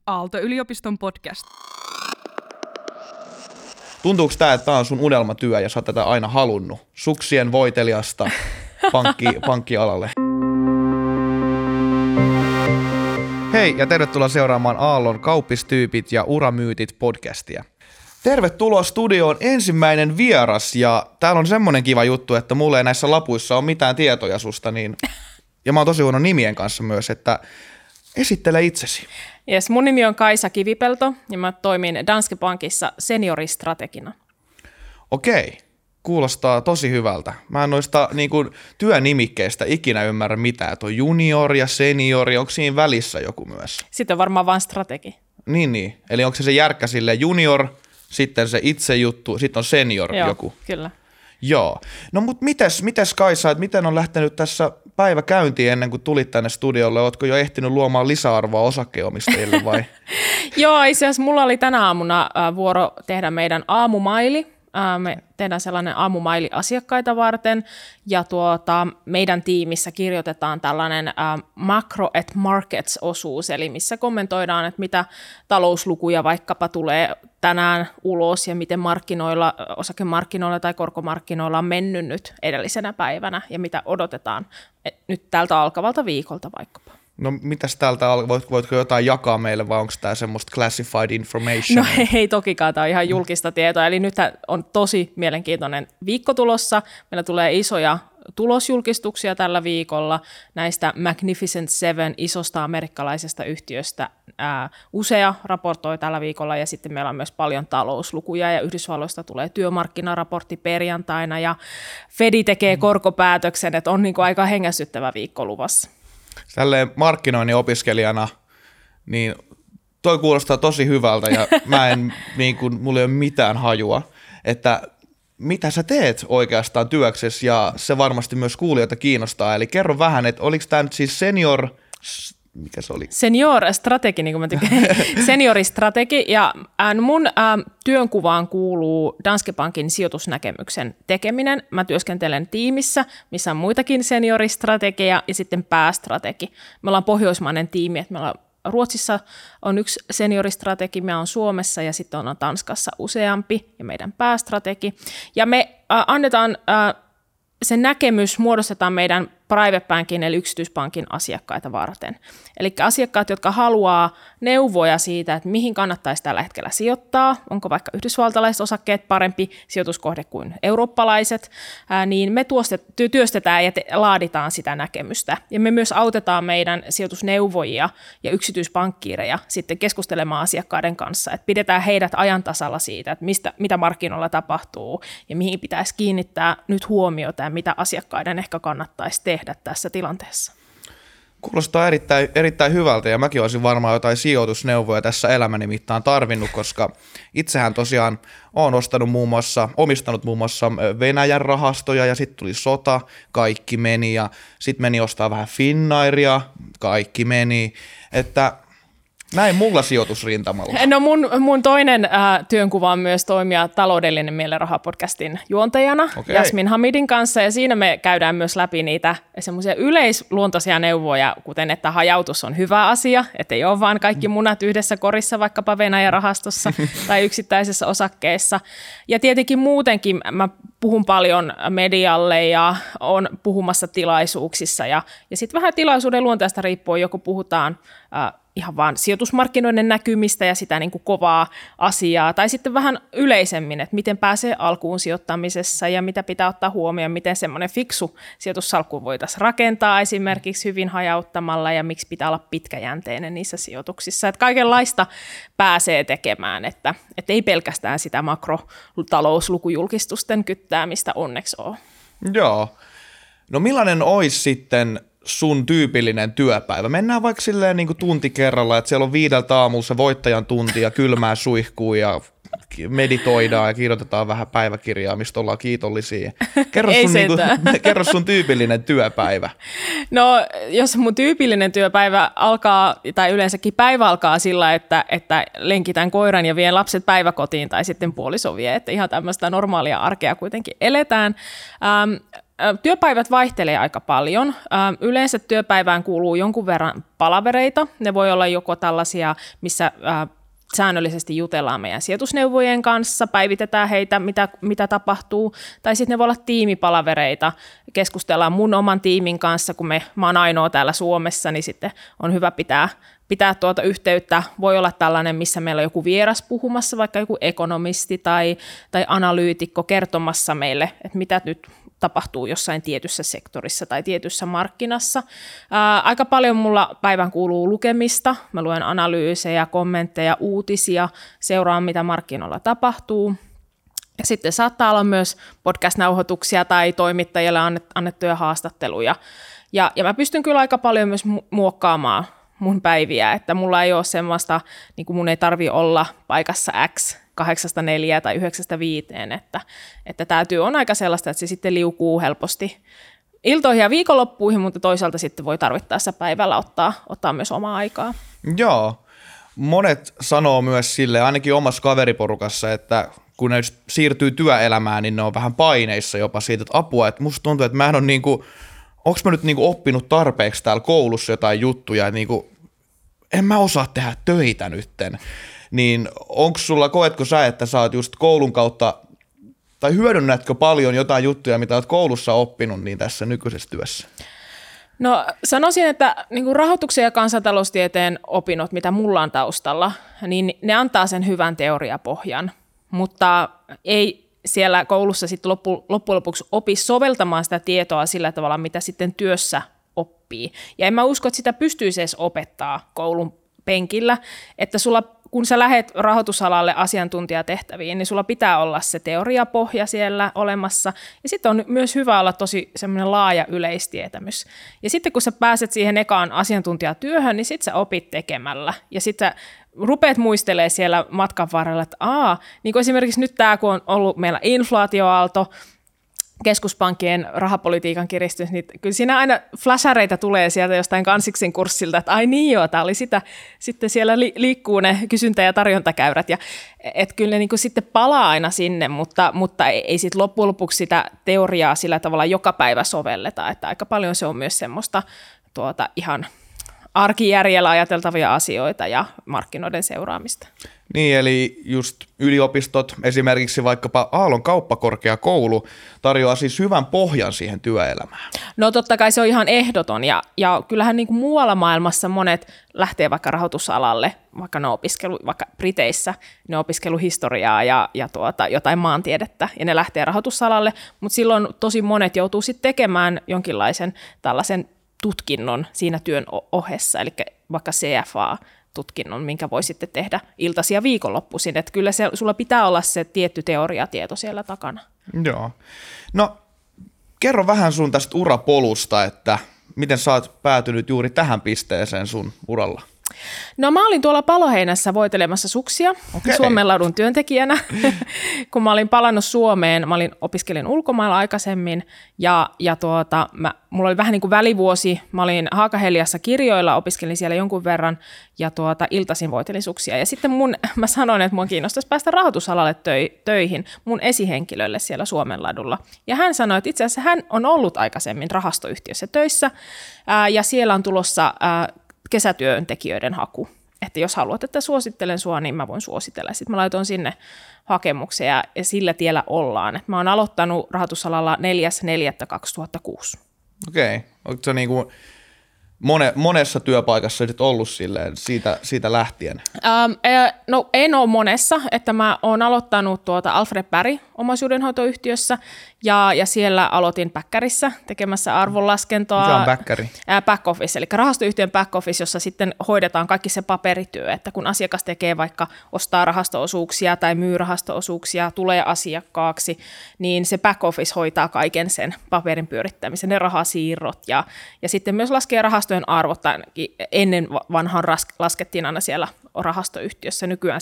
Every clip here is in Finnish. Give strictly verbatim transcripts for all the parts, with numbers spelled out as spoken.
Aalto-yliopiston podcast. Tuntuuko tämä, että tämä on sun unelmatyö ja sä oot tätä aina halunnut? Suksien voitelijasta pankki, pankkialalle. Hei ja tervetuloa seuraamaan Aallon kauppistyypit ja uramyytit podcastia. Tervetuloa studioon ensimmäinen vieras ja täällä on semmonen kiva juttu, että mulla ei näissä lapuissa ole mitään tietoja susta, niin, ja mä oon tosi huono nimien kanssa myös, että esittele itsesi. Yes, mun nimi on Kaisa Kivipelto ja mä toimin Danske Bankissa senioristrategina. Okei, kuulostaa tosi hyvältä. Mä en noista niin kuin, työnimikkeistä ikinä ymmärrä mitään, että on junior ja senior, onko siinä välissä joku myös? Sitten on varmaan vain strategi. Niin, niin. Eli onko se se järkkä sille junior, sitten se itse juttu, sitten on senior Joo, joku? Kyllä. Joo. No mutta mites, mites Kaisa, että miten on lähtenyt tässä päivä käyntiin ennen kuin tulit tänne studiolle? Ootko jo ehtinyt luomaan lisäarvoa osakkeenomistajille vai? Joo, itse asiassa mulla oli tänä aamuna vuoro tehdä meidän aamumaili. Me tehdään sellainen aamumaili asiakkaita varten ja tuota, meidän tiimissä kirjoitetaan tällainen ä, macro at markets-osuus, eli missä kommentoidaan, että mitä talouslukuja vaikkapa tulee tänään ulos ja miten markkinoilla, osakemarkkinoilla tai korkomarkkinoilla on mennyt nyt edellisenä päivänä ja mitä odotetaan nyt tältä alkavalta viikolta vaikkapa. No mitäs täältä, voitko, voitko jotain jakaa meille vai onko tämä semmoista classified information? No ei, ei tokikaan, tämä on ihan julkista tietoa, eli nyt on tosi mielenkiintoinen viikko tulossa. Meillä tulee isoja tulosjulkistuksia tällä viikolla näistä Magnificent Seven isosta amerikkalaisesta yhtiöstä. Ää, usea raportoi tällä viikolla ja sitten meillä on myös paljon talouslukuja ja Yhdysvalloista tulee työmarkkinaraportti perjantaina ja Fedi tekee korkopäätöksen, että on niin kuin aika hengästyttävä viikko luvassa. Tälleen markkinoinnin opiskelijana, niin toi kuulostaa tosi hyvältä ja mä en, niin kuin, mulla ei ole mitään hajua, että mitä sä teet oikeastaan työksesi ja se varmasti myös kuulijoita kiinnostaa. Eli kerro vähän, että oliko tämä nyt siis senior, mikä se oli? Senior-strategi, niin kuin mä tykkään. Senioristrategi ja mun ä, työnkuvaan kuuluu Danske Bankin sijoitusnäkemyksen tekeminen. Mä työskentelen tiimissä, missä on muitakin senioristrategeja ja sitten päästrategi. Me ollaan pohjoismainen tiimi, että meillä on Ruotsissa on yksi senioristrategi, me on Suomessa ja sitten on Tanskassa useampi ja meidän päästrategi. Ja me äh, annetaan, äh, se näkemys muodostetaan meidän private bankin eli yksityispankin asiakkaita varten. Eli asiakkaat, jotka haluaa neuvoja siitä, että mihin kannattaisi tällä hetkellä sijoittaa, onko vaikka yhdysvaltalaiset osakkeet parempi sijoituskohde kuin eurooppalaiset, ää, niin me työstetään ja te- laaditaan sitä näkemystä. Ja me myös autetaan meidän sijoitusneuvojia ja yksityispankkiireja sitten keskustelemaan asiakkaiden kanssa, että pidetään heidät ajan tasalla siitä, että mistä, mitä markkinoilla tapahtuu ja mihin pitäisi kiinnittää nyt huomiota ja mitä asiakkaiden ehkä kannattaisi tehdä tässä tilanteessa. Kuulostaa erittäin, erittäin hyvältä ja mäkin olisin varmaan jotain sijoitusneuvoja tässä elämäni mittaan tarvinnut, koska itsehän tosiaan olen ostanut muun muassa, omistanut muun muassa Venäjän rahastoja ja sitten tuli sota, kaikki meni ja sitten meni ostaa vähän Finnairia, kaikki meni, että näin mulla sijoitusrintamalla. No mun, mun toinen äh, työnkuva on myös toimia Taloudellinen Mielenraha-podcastin juontajana Okay. Jasmin Hamidin kanssa ja siinä me käydään myös läpi niitä semmoisia yleisluontoisia neuvoja, kuten että hajautus on hyvä asia, että ei ole vaan kaikki munat yhdessä korissa vaikkapa Venäjän rahastossa tai yksittäisessä osakkeessa. Ja tietenkin muutenkin mä puhun paljon medialle ja on puhumassa tilaisuuksissa ja, ja sitten vähän tilaisuuden luonteesta riippuen, joko puhutaan äh, ihan vaan sijoitusmarkkinoiden näkymistä ja sitä niin kuin kovaa asiaa, tai sitten vähän yleisemmin, että miten pääsee alkuun sijoittamisessa ja mitä pitää ottaa huomioon, miten semmoinen fiksu sijoitussalkku voitaisiin rakentaa esimerkiksi hyvin hajauttamalla ja miksi pitää olla pitkäjänteinen niissä sijoituksissa. Että kaikenlaista pääsee tekemään, että, että ei pelkästään sitä makrotalouslukujulkistusten kyttäämistä onneksi ole. Joo. No millainen olisi sitten sun tyypillinen työpäivä? Mennään vaikka silleen niin kuin tunti kerralla, että siellä on viideltä aamulla se voittajan tunti ja kylmää suihkuu ja meditoidaan ja kirjoitetaan vähän päiväkirjaa, mistä ollaan kiitollisia. Kerro, Ei sun, niinku, sentään. kerro sun tyypillinen työpäivä. No, jos mun tyypillinen työpäivä alkaa, tai yleensäkin päivä alkaa sillä, että, että lenkitän koiran ja vien lapset päiväkotiin, tai sitten puoliso vie, että ihan tämmöistä normaalia arkea kuitenkin eletään. Ähm, Työpäivät vaihtelee aika paljon. Yleensä työpäivään kuuluu jonkun verran palavereita. Ne voi olla joko tällaisia, missä säännöllisesti jutellaan meidän sijoitusneuvojen kanssa, päivitetään heitä, mitä, mitä tapahtuu, tai sitten ne voi olla tiimipalavereita, keskustellaan mun oman tiimin kanssa, kun me, mä oon ainoa täällä Suomessa, niin sitten on hyvä pitää, pitää tuota yhteyttä. Voi olla tällainen, missä meillä on joku vieras puhumassa, vaikka joku ekonomisti tai, tai analyytikko kertomassa meille, että mitä nyt tapahtuu jossain tietyssä sektorissa tai tietyssä markkinassa. Ää, aika paljon mulla päivän kuuluu lukemista. Mä luen analyysejä, kommentteja, uutisia, seuraan mitä markkinoilla tapahtuu. Ja sitten saattaa olla myös podcast-nauhoituksia tai toimittajille annettuja haastatteluja. Ja, ja mä pystyn kyllä aika paljon myös muokkaamaan mun päiviä, että mulla ei ole semmoista, niin kuin mun ei tarvi olla paikassa X kahdeksasta neljään tai yhdeksästä viiteen, että, että tämä työ on aika sellaista, että se sitten liukuu helposti iltoihin ja viikonloppuihin, mutta toisaalta sitten voi tarvittaessa päivällä ottaa, ottaa myös omaa aikaa. Joo, monet sanoo myös sille, ainakin omassa kaveriporukassa, että kun ne siirtyy työelämään, niin ne on vähän paineissa jopa siitä, että apua, että musta tuntuu, että mä en ole niinku, onko mä nyt niinku oppinut tarpeeksi täällä koulussa jotain juttuja, että niinku, en mä osaa tehdä töitä nytten. Niin onko sulla, koetko sä, että sä oot just koulun kautta, tai hyödynnätkö paljon jotain juttuja, mitä oot koulussa oppinut niin tässä nykyisessä työssä? No sanoisin, että niin kuin rahoituksen ja kansantaloustieteen opinnot, mitä mulla on taustalla, niin ne antaa sen hyvän teoriapohjan, mutta ei siellä koulussa sitten loppu, loppujen lopuksi opi soveltamaan sitä tietoa sillä tavalla, mitä sitten työssä oppii. Ja en mä usko, että sitä pystyisi edes opettaa koulun penkillä, että sulla, kun sä lähet rahoitusalalle asiantuntijatehtäviin, niin sulla pitää olla se teoriapohja siellä olemassa, ja sitten on myös hyvä olla tosi semmoinen laaja yleistietämys. Ja sitten kun sä pääset siihen ekaan asiantuntijatyöhön, niin sitten sä opit tekemällä, ja sitten sä rupeat muistelemaan siellä matkan varrella, että aa, niin kuin esimerkiksi nyt tämä, kun on ollut meillä inflaatioaalto, keskuspankkien rahapolitiikan kiristys, niin kyllä siinä aina flashareita tulee sieltä jostain kansiksen kurssilta, että ai niin joo, tämä oli sitä, sitten siellä li- liikkuu ne kysyntä- ja tarjontakäyrät, ja että kyllä ne niin kuin sitten palaa aina sinne, mutta, mutta ei, ei sitten loppujen lopuksi sitä teoriaa sillä tavalla joka päivä sovelleta, että aika paljon se on myös semmoista tuota, ihan arkijärjellä ajateltavia asioita ja markkinoiden seuraamista. Niin, eli just yliopistot, esimerkiksi vaikkapa Aallon kauppakorkeakoulu, tarjoaa siis hyvän pohjan siihen työelämään. No totta kai se on ihan ehdoton, ja, ja kyllähän niin kuin muualla maailmassa monet lähtee vaikka rahoitusalalle, vaikka ne opiskelu, vaikka Briteissä ne opiskelu historiaa ja, ja tuota, jotain maantiedettä, ja ne lähtee rahoitusalalle, mutta silloin tosi monet joutuu sitten tekemään jonkinlaisen tällaisen tutkinnon siinä työn ohessa, eli vaikka C F A-tutkinnon, minkä voi sitten tehdä iltaisin ja viikonloppuisin, että kyllä se, sulla pitää olla se tietty teoriatieto siellä takana. Joo. No, kerro vähän sun tästä urapolusta, että miten sä oot päätynyt juuri tähän pisteeseen sun uralla? No mä olin tuolla Paloheinässä voitelemassa suksia Okei. Suomenladun työntekijänä, kun mä olin palannut Suomeen. Mä olin, opiskelin ulkomailla aikaisemmin ja, ja tuota, mä, mulla oli vähän niin kuin välivuosi. Mä olin Haakaheliassa kirjoilla, opiskelin siellä jonkun verran ja tuota, iltaisin voitelin suksia. Ja sitten mun, mä sanoin, että mua kiinnostaisi päästä rahoitusalalle töi, töihin mun esihenkilölle siellä Suomenladulla. Ja hän sanoi, että itse asiassa hän on ollut aikaisemmin rahastoyhtiössä töissä ää, ja siellä on tulossa ää, kesätyöntekijöiden haku, että jos haluat, että suosittelen sua, niin mä voin suositella. Sitten mä laitoin sinne hakemuksia ja, ja sillä tiellä ollaan. Et mä oon aloittanut rahoitusalalla neljäs neljättä kaksituhattakuusi. Okei, onko se niin kuin mone, monessa työpaikassa ollut silleen siitä, siitä lähtien? Ähm, no en ole monessa, että mä oon aloittanut tuota Alfred Berg omaisuudenhoitoyhtiössä ja, ja siellä aloitin Bäckerissä tekemässä arvonlaskentoa. Mikä on Bäckeri? Äh, back office, eli rahastoyhtiön back office, jossa sitten hoidetaan kaikki se paperityö, että kun asiakas tekee vaikka ostaa rahasto-osuuksia tai myy rahasto-osuuksia, tulee asiakkaaksi, niin se back office hoitaa kaiken sen paperin pyörittämisen, ne rahasiirrot ja, ja sitten myös laskee rahastojen arvot, ennen vanhaan laskettiin aina siellä rahastoyhtiössä, nykyään sitä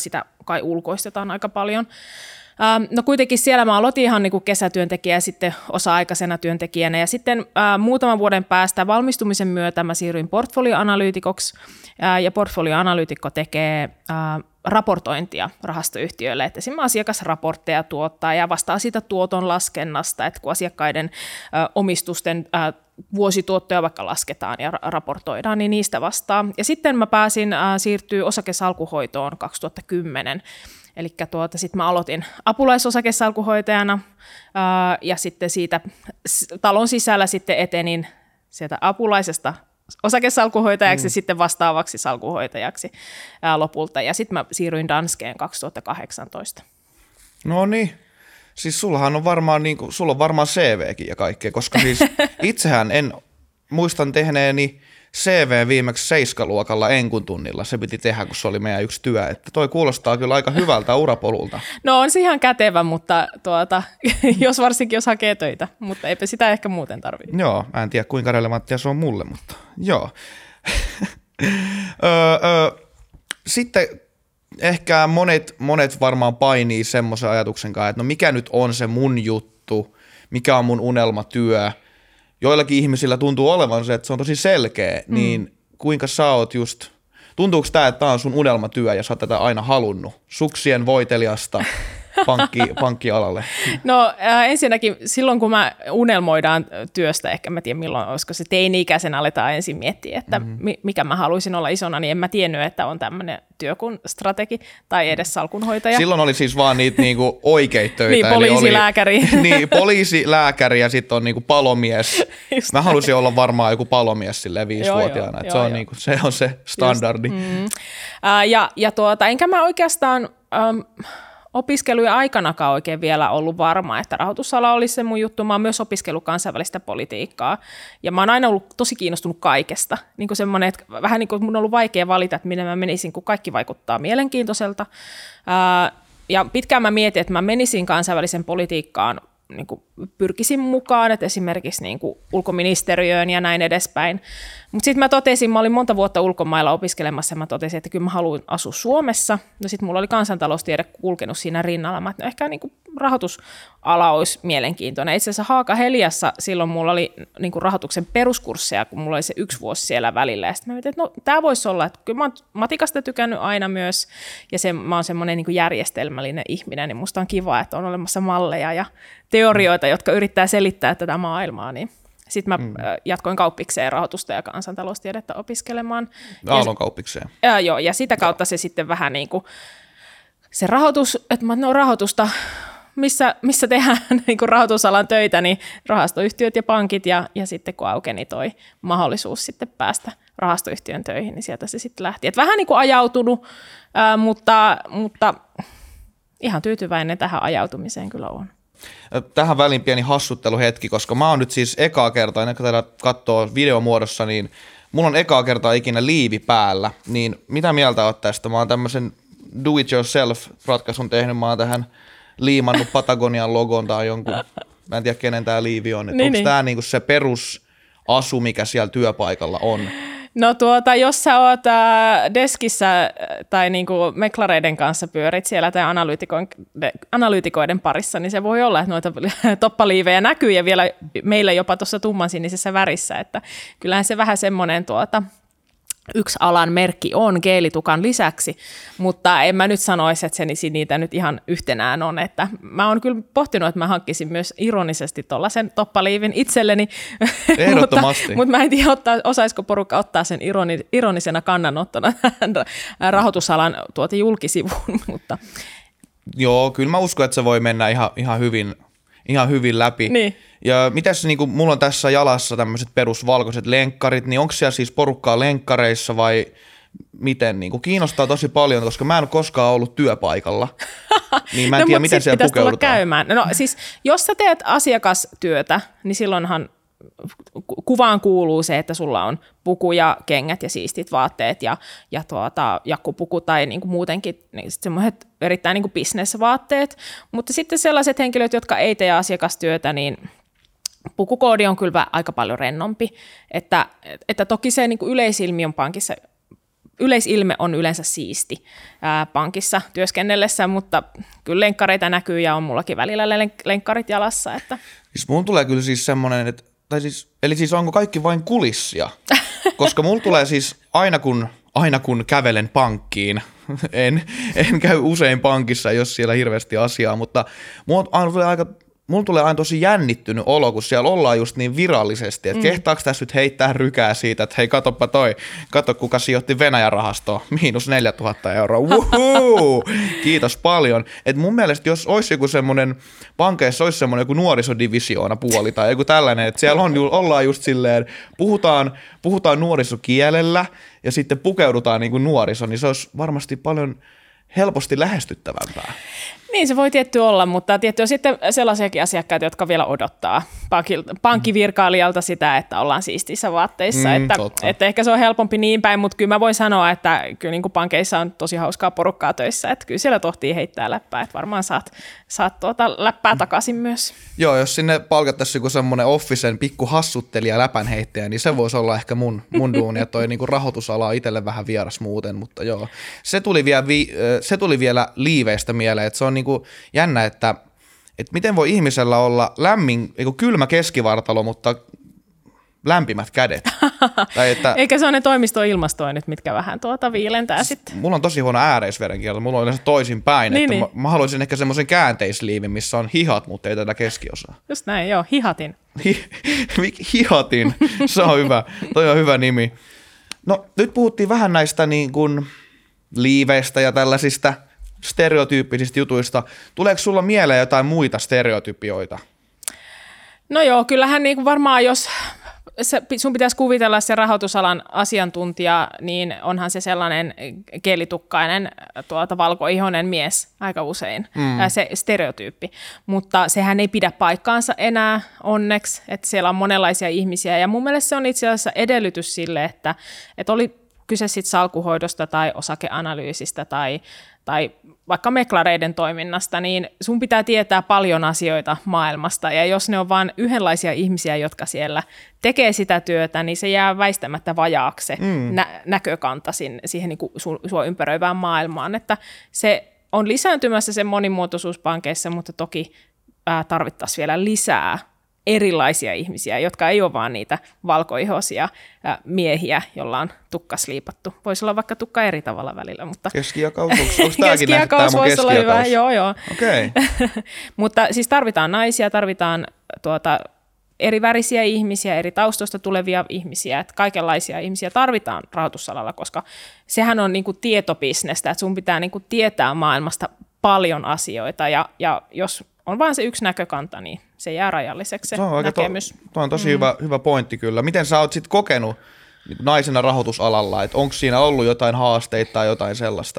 kai ulkoistetaan aika paljon. Ähm, no kuitenkin siellä mä aloitin ihan niin kuin kesätyöntekijä ja sitten osa-aikaisena työntekijänä ja sitten äh, muutaman vuoden päästä valmistumisen myötä mä siirryin portfolioanalyytikoksi äh, ja portfolioanalyytikko tekee äh, raportointia rahastoyhtiöille, että esimerkiksi asiakasraportteja tuottaa ja vastaa siitä tuoton laskennasta, että kun asiakkaiden äh, omistusten äh, vuosituottoja vaikka lasketaan ja raportoidaan, niin niistä vastaa. Ja sitten mä pääsin äh, siirtyä osakesalkuhoitoon kaksituhattakymmenen. Eli tuota, sitten mä aloitin apulaisosakesalkuhoitajana ää, ja sitten siitä talon sisällä sitten etenin sieltä apulaisesta osakesalkuhoitajaksi mm. ja sitten vastaavaksi salkuhoitajaksi ää, lopulta. Ja sitten mä siirryin Danskeen kaksituhattakahdeksantoista. No niin. Siis sullahan on varmaan, niin kuin, sulla on varmaan C V:kin ja kaikkea, koska siis itsehän en muistan tehneeni C V viimeksi seiskaluokalla enkun tunnilla. Se piti tehdä, kun se oli meidän yksi työ. Että toi kuulostaa kyllä aika hyvältä urapolulta. No on se ihan kätevä, mutta tuota, jos varsinkin jos hakee töitä, mutta eipä sitä ehkä muuten tarvitse. Joo, mä en tiedä kuinka relevanttia se on mulle, mutta joo. öö, öö, sitten ehkä monet, monet varmaan painii semmoisen ajatuksen kanssa, että no mikä nyt on se mun juttu, mikä on mun unelmatyö. Joillakin ihmisillä tuntuu olevan se, että se on tosi selkeä, mm. niin kuinka sä oot just, tuntuuko tämä, että tämä on sun unelmatyö ja sä oot tätä aina halunnut, suksien voitelijasta pankki, pankkialalle? No äh, ensinnäkin silloin, kun mä unelmoidaan työstä, ehkä mä tiedän milloin, olisiko se teini-ikäisenä aletaan ensin miettiä, että mm-hmm. mikä mä haluaisin olla isona, niin en mä tiennyt, että on tämmöinen työ kuin strategi tai edes salkunhoitaja. Silloin oli siis vaan niitä niinku oikeita töitä. Niin, poliisi, lääkäri. Niin, poliisi, lääkäri ja sitten on niinku palomies. Just mä halusin olla varmaan joku palomies silleen viisivuotiaana, että se, on niinku, se on se standardi. Just, mm. äh, ja, ja tuota, enkä mä oikeastaan Ähm, opiskelujen aikanakaan oikein vielä ollut varma, että rahoitusala olisi se mun juttu. Mä oon myös opiskellut kansainvälistä politiikkaa ja mä oon aina ollut tosi kiinnostunut kaikesta. Niin kuin semmoinen, että vähän niin kuin mun on ollut vaikea valita, että minne mä menisin, kun kaikki vaikuttaa mielenkiintoiselta. Ää, ja pitkään mä mietin, että mä menisin kansainvälisen politiikkaan, niin kuin pyrkisin mukaan, että esimerkiksi niin kuin ulkoministeriöön ja näin edespäin. Mutta sitten mä totesin, mä olin monta vuotta ulkomailla opiskelemassa ja mä totesin, että kyllä mä haluan asua Suomessa. No sitten mulla oli kansantaloustiede kulkenut siinä rinnalla. Mä, että no ehkä niin kuin rahoitusala olisi mielenkiintoinen. Itse asiassa Haaka-Heliassa silloin mulla oli niin kuin rahoituksen peruskursseja, kun mulla oli se yksi vuosi siellä välillä. Ja sitten mä mietin, että no tämä voisi olla, että kyllä mä oon matikasta tykännyt aina myös ja se, mä oon semmoinen niin kuin järjestelmällinen ihminen, niin musta on kiva, että on olemassa malleja ja teorioita, jotka yrittää selittää tätä maailmaa, niin sitten mä mm. jatkoin kauppikseen rahoitusta ja kansantaloustiedettä opiskelemaan. Aallon kauppikseen. Ja, joo, ja sitä kautta joo. Se sitten vähän niin kuin se rahoitus, että mä no rahoitusta, missä, missä tehdään niin kuin rahoitusalan töitä, niin rahastoyhtiöt ja pankit, ja, ja sitten kun aukeni toi mahdollisuus sitten päästä rahastoyhtiön töihin, niin sieltä se sitten lähti. Et vähän niin kuin ajautunut, ää, mutta, mutta ihan tyytyväinen tähän ajautumiseen kyllä on. Tähän väliin pieni hassutteluhetki, koska mä oon nyt siis ekaa kertaa, ennen kuin tätä katsoo videomuodossa, niin mulla on ekaa kertaa ikinä liivi päällä, niin mitä mieltä oot tästä? Mä oon tämmöisen do-it-yourself-ratkaisun tehnyt, mä oon tähän liimannut Patagonian logon tai jonkun, mä en tiedä kenen tää liivi on, että niin, onko niin. Tää niinku se perusasu, mikä siellä työpaikalla on? No tuota, jos sä oot äh, deskissä tai niinku meklareiden kanssa pyörit siellä tai analyytikoiden, analyytikoiden parissa, niin se voi olla, että noita toppaliivejä näkyy ja vielä meillä jopa tuossa tummansinisessä värissä, että kyllähän se vähän semmoinen tuota, yksi alan merkki on geelitukan lisäksi, mutta en mä nyt sanoisi, että se niitä nyt ihan yhtenään on. Että mä oon kyllä pohtinut, että mä hankkisin myös ironisesti tuollaisen toppaliivin itselleni, mutta, mutta mä en tiedä, ottaa, osaisiko porukka ottaa sen ironi, ironisena kannanottona rahoitusalan tuota julkisivuun. Mutta. Joo, kyllä mä uskon, että se voi mennä ihan, ihan hyvin ihan hyvin läpi. Niin. Ja mitäs, niin kuin, mulla on tässä jalassa tämmöiset perusvalkoiset lenkkarit, niin onko siellä siis porukkaa lenkkareissa vai miten? Niin kuin, kiinnostaa tosi paljon, koska mä en ole koskaan ollut työpaikalla, niin mä en no, tiedä, miten siellä pukeudutaan. Käymään. No siis, jos sä teet asiakastyötä, niin silloinhan kuvaan kuuluu se, että sulla on puku ja kengät ja siistit vaatteet ja, ja tuota, jakkupuku tai niin kuin muutenkin niin semmoiset erittäin niin kuin business-vaatteet, mutta sitten sellaiset henkilöt, jotka ei tee asiakastyötä, niin pukukoodi on kyllä aika paljon rennompi, että, että toki se niin kuin yleisilmiön pankissa yleisilme on yleensä siisti ää, pankissa työskennellessä, mutta kyllä lenkkareita näkyy ja on mullakin välillä lenk- lenkkarit jalassa. Että. Siis mun tulee kyllä siis semmoinen, että, tai siis, eli siis onko kaikki vain kulissia? Koska mulla tulee siis aina kun, aina kun kävelen pankkiin, en, en käy usein pankissa, jos siellä hirveästi asiaa, mutta mulla tulee aika... Mulla tulee aina tosi jännittynyt olo, kun siellä ollaan just niin virallisesti, että mm. kehtaako tässä nyt heittää rykää siitä, että hei, katoppa toi, kato kuka sijoitti Venäjän rahastoon, miinus neljätuhatta euroa, wuhuu, kiitos paljon. Et mun mielestä jos olisi joku semmoinen, pankeissa olisi semmoinen joku nuorisodivisioona puoli tai joku tällainen, että siellä on, ollaan just silleen, puhutaan, puhutaan nuorisokielellä ja sitten pukeudutaan niin kuin nuoriso, niin se olisi varmasti paljon helposti lähestyttävämpää. Niin se voi tietty olla, mutta tietty on sitten sellaisiakin asiakkaita, jotka vielä odottaa pankkivirkailijalta sitä, että ollaan siistissä vaatteissa. Mm, että, että ehkä se on helpompi niin päin, mutta kyllä mä voin sanoa, että kyllä niin kuin pankeissa on tosi hauskaa porukkaa töissä, että kyllä siellä tohtii heittää läppää, että varmaan saat, saat tuota läppää takaisin myös. Joo, jos sinne palkattaisiin joku semmoinen officen pikku hassuttelija läpänheittäjä, niin se voisi olla ehkä mun, mun duuni, että toi niinku rahoitusala on itselle vähän vieras muuten, mutta joo. Se tuli vielä, vi, se tuli vielä liiveistä mieleen, että se on niinku jännä, että, että miten voi ihmisellä olla lämmin, kylmä keskivartalo, mutta lämpimät kädet. Tai että, eikä se ole ne toimistoilmastoinnit, mitkä vähän tuota viilentää sitten. Mulla on tosi huono ääreisverenkierto, mulla on yleensä toisinpäin, niin, että niin. Mä, mä haluaisin ehkä semmoisen käänteisliivin, missä on hihat, mutta ei tätä keskiosaa. Just näin, joo, hihatin. Hi, hihatin, se on hyvä, toi on hyvä nimi. No nyt puhuttiin vähän näistä niin kuin liiveistä ja tällaisista stereotyyppisistä jutuista. Tuleeko sulla mieleen jotain muita stereotypioita? No joo, kyllähän niin kuin varmaan jos se, sun pitäisi kuvitella se rahoitusalan asiantuntija, niin onhan se sellainen keelitukkainen tuota, valkoihoinen mies aika usein, mm. se stereotyyppi. Mutta sehän ei pidä paikkaansa enää onneksi, että siellä on monenlaisia ihmisiä ja mun mielestä se on itse asiassa edellytys sille, että, että oli kyse sitten salkuhoidosta tai osakeanalyysistä tai, tai vaikka meklareiden toiminnasta, niin sun pitää tietää paljon asioita maailmasta. Ja jos ne on vain yhdenlaisia ihmisiä, jotka siellä tekee sitä työtä, niin se jää väistämättä vajaaksi se mm. nä- näkökanta sin, siihen niin kuin su- sua ympäröivään maailmaan. Että se on lisääntymässä se monimuotoisuus pankeissa, mutta toki ää, tarvittaisiin vielä lisää erilaisia ihmisiä, jotka ei ole vaan niitä valkoihoisia ä, miehiä, jolla on tukka sliipattu. Voisi olla vaikka tukka eri tavalla välillä, mutta keskiakaus, onko tämäkin nähty, tämä mun voisi olla hyvä, joo joo. Okay. Mutta siis tarvitaan naisia, tarvitaan tuota, eri värisiä ihmisiä, eri taustoista tulevia ihmisiä, että kaikenlaisia ihmisiä tarvitaan rahoitusalalla, koska sehän on niinku tietobisnestä, että sun pitää niinku tietää maailmasta paljon asioita, ja, ja jos on vain se yksi näkökanta, niin se jää rajalliseksi se no, näkemys. To, tuo on tosi mm. hyvä, hyvä pointti kyllä. Miten sä oot sitten kokenut niin naisena rahoitusalalla, että onko siinä ollut jotain haasteita tai jotain sellaista?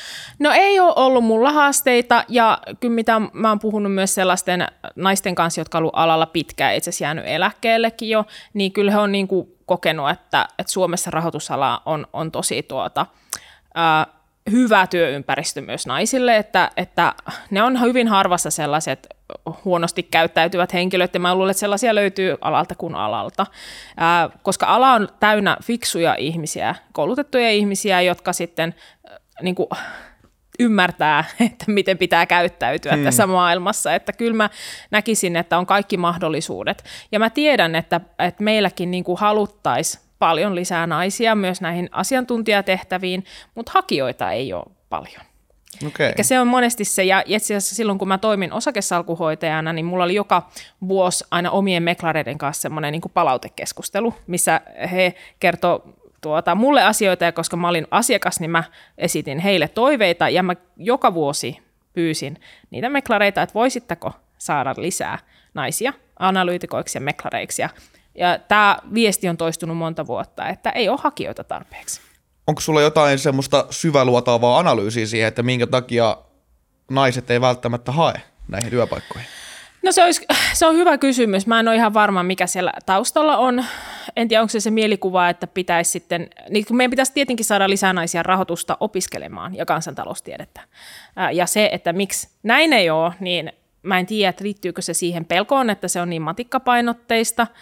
No ei ole ollut mulla haasteita, ja kyllä mitä mä oon puhunut myös sellaisten naisten kanssa, jotka on ollut alalla pitkään, itse asiassa jäänyt eläkkeellekin jo, niin kyllä he on niin kuin kokenut, että, että Suomessa rahoitusala on, on tosi tuota, ää, hyvä työympäristö myös naisille, että, että ne on hyvin harvassa sellaiset huonosti käyttäytyvät henkilöt, ja mä luulen, että sellaisia löytyy alalta kuin alalta, ää, koska ala on täynnä fiksuja ihmisiä, koulutettuja ihmisiä, jotka sitten niin kuin ymmärtää, että miten pitää käyttäytyä hmm. tässä maailmassa, että kyllä mä näkisin, että on kaikki mahdollisuudet, ja mä tiedän, että, että meilläkin niin kuin haluttaisiin paljon lisää naisia myös näihin asiantuntijatehtäviin, mutta hakijoita ei ole paljon. Okay. Eikä se on monesti se, ja itse asiassa silloin kun mä toimin osakesalkuhoitajana, niin mulla oli joka vuosi aina omien meklareiden kanssa semmoinen niin kuin palautekeskustelu, missä he kertoo tuota, mulle asioita, ja koska mä olin asiakas, niin mä esitin heille toiveita, ja mä joka vuosi pyysin niitä meklareita, että voisitteko saada lisää naisia analyytikoiksi ja meklareiksi, ja Ja tämä viesti on toistunut monta vuotta, että ei ole hakijoita tarpeeksi. Onko sulla jotain semmoista syväluotaavaa analyysiä siihen, että minkä takia naiset ei välttämättä hae näihin työpaikkoihin? No se, olisi, se on hyvä kysymys. Mä en ole ihan varma, mikä siellä taustalla on. En tiedä, onko se se mielikuva, että pitäisi sitten, niin meidän pitäisi tietenkin saada lisää naisia rahoitusta opiskelemaan ja kansantaloustiedettä. Ja se, että miksi näin ei ole, niin mä en tiedä, että liittyykö se siihen pelkoon, että se on niin matikkapainotteista.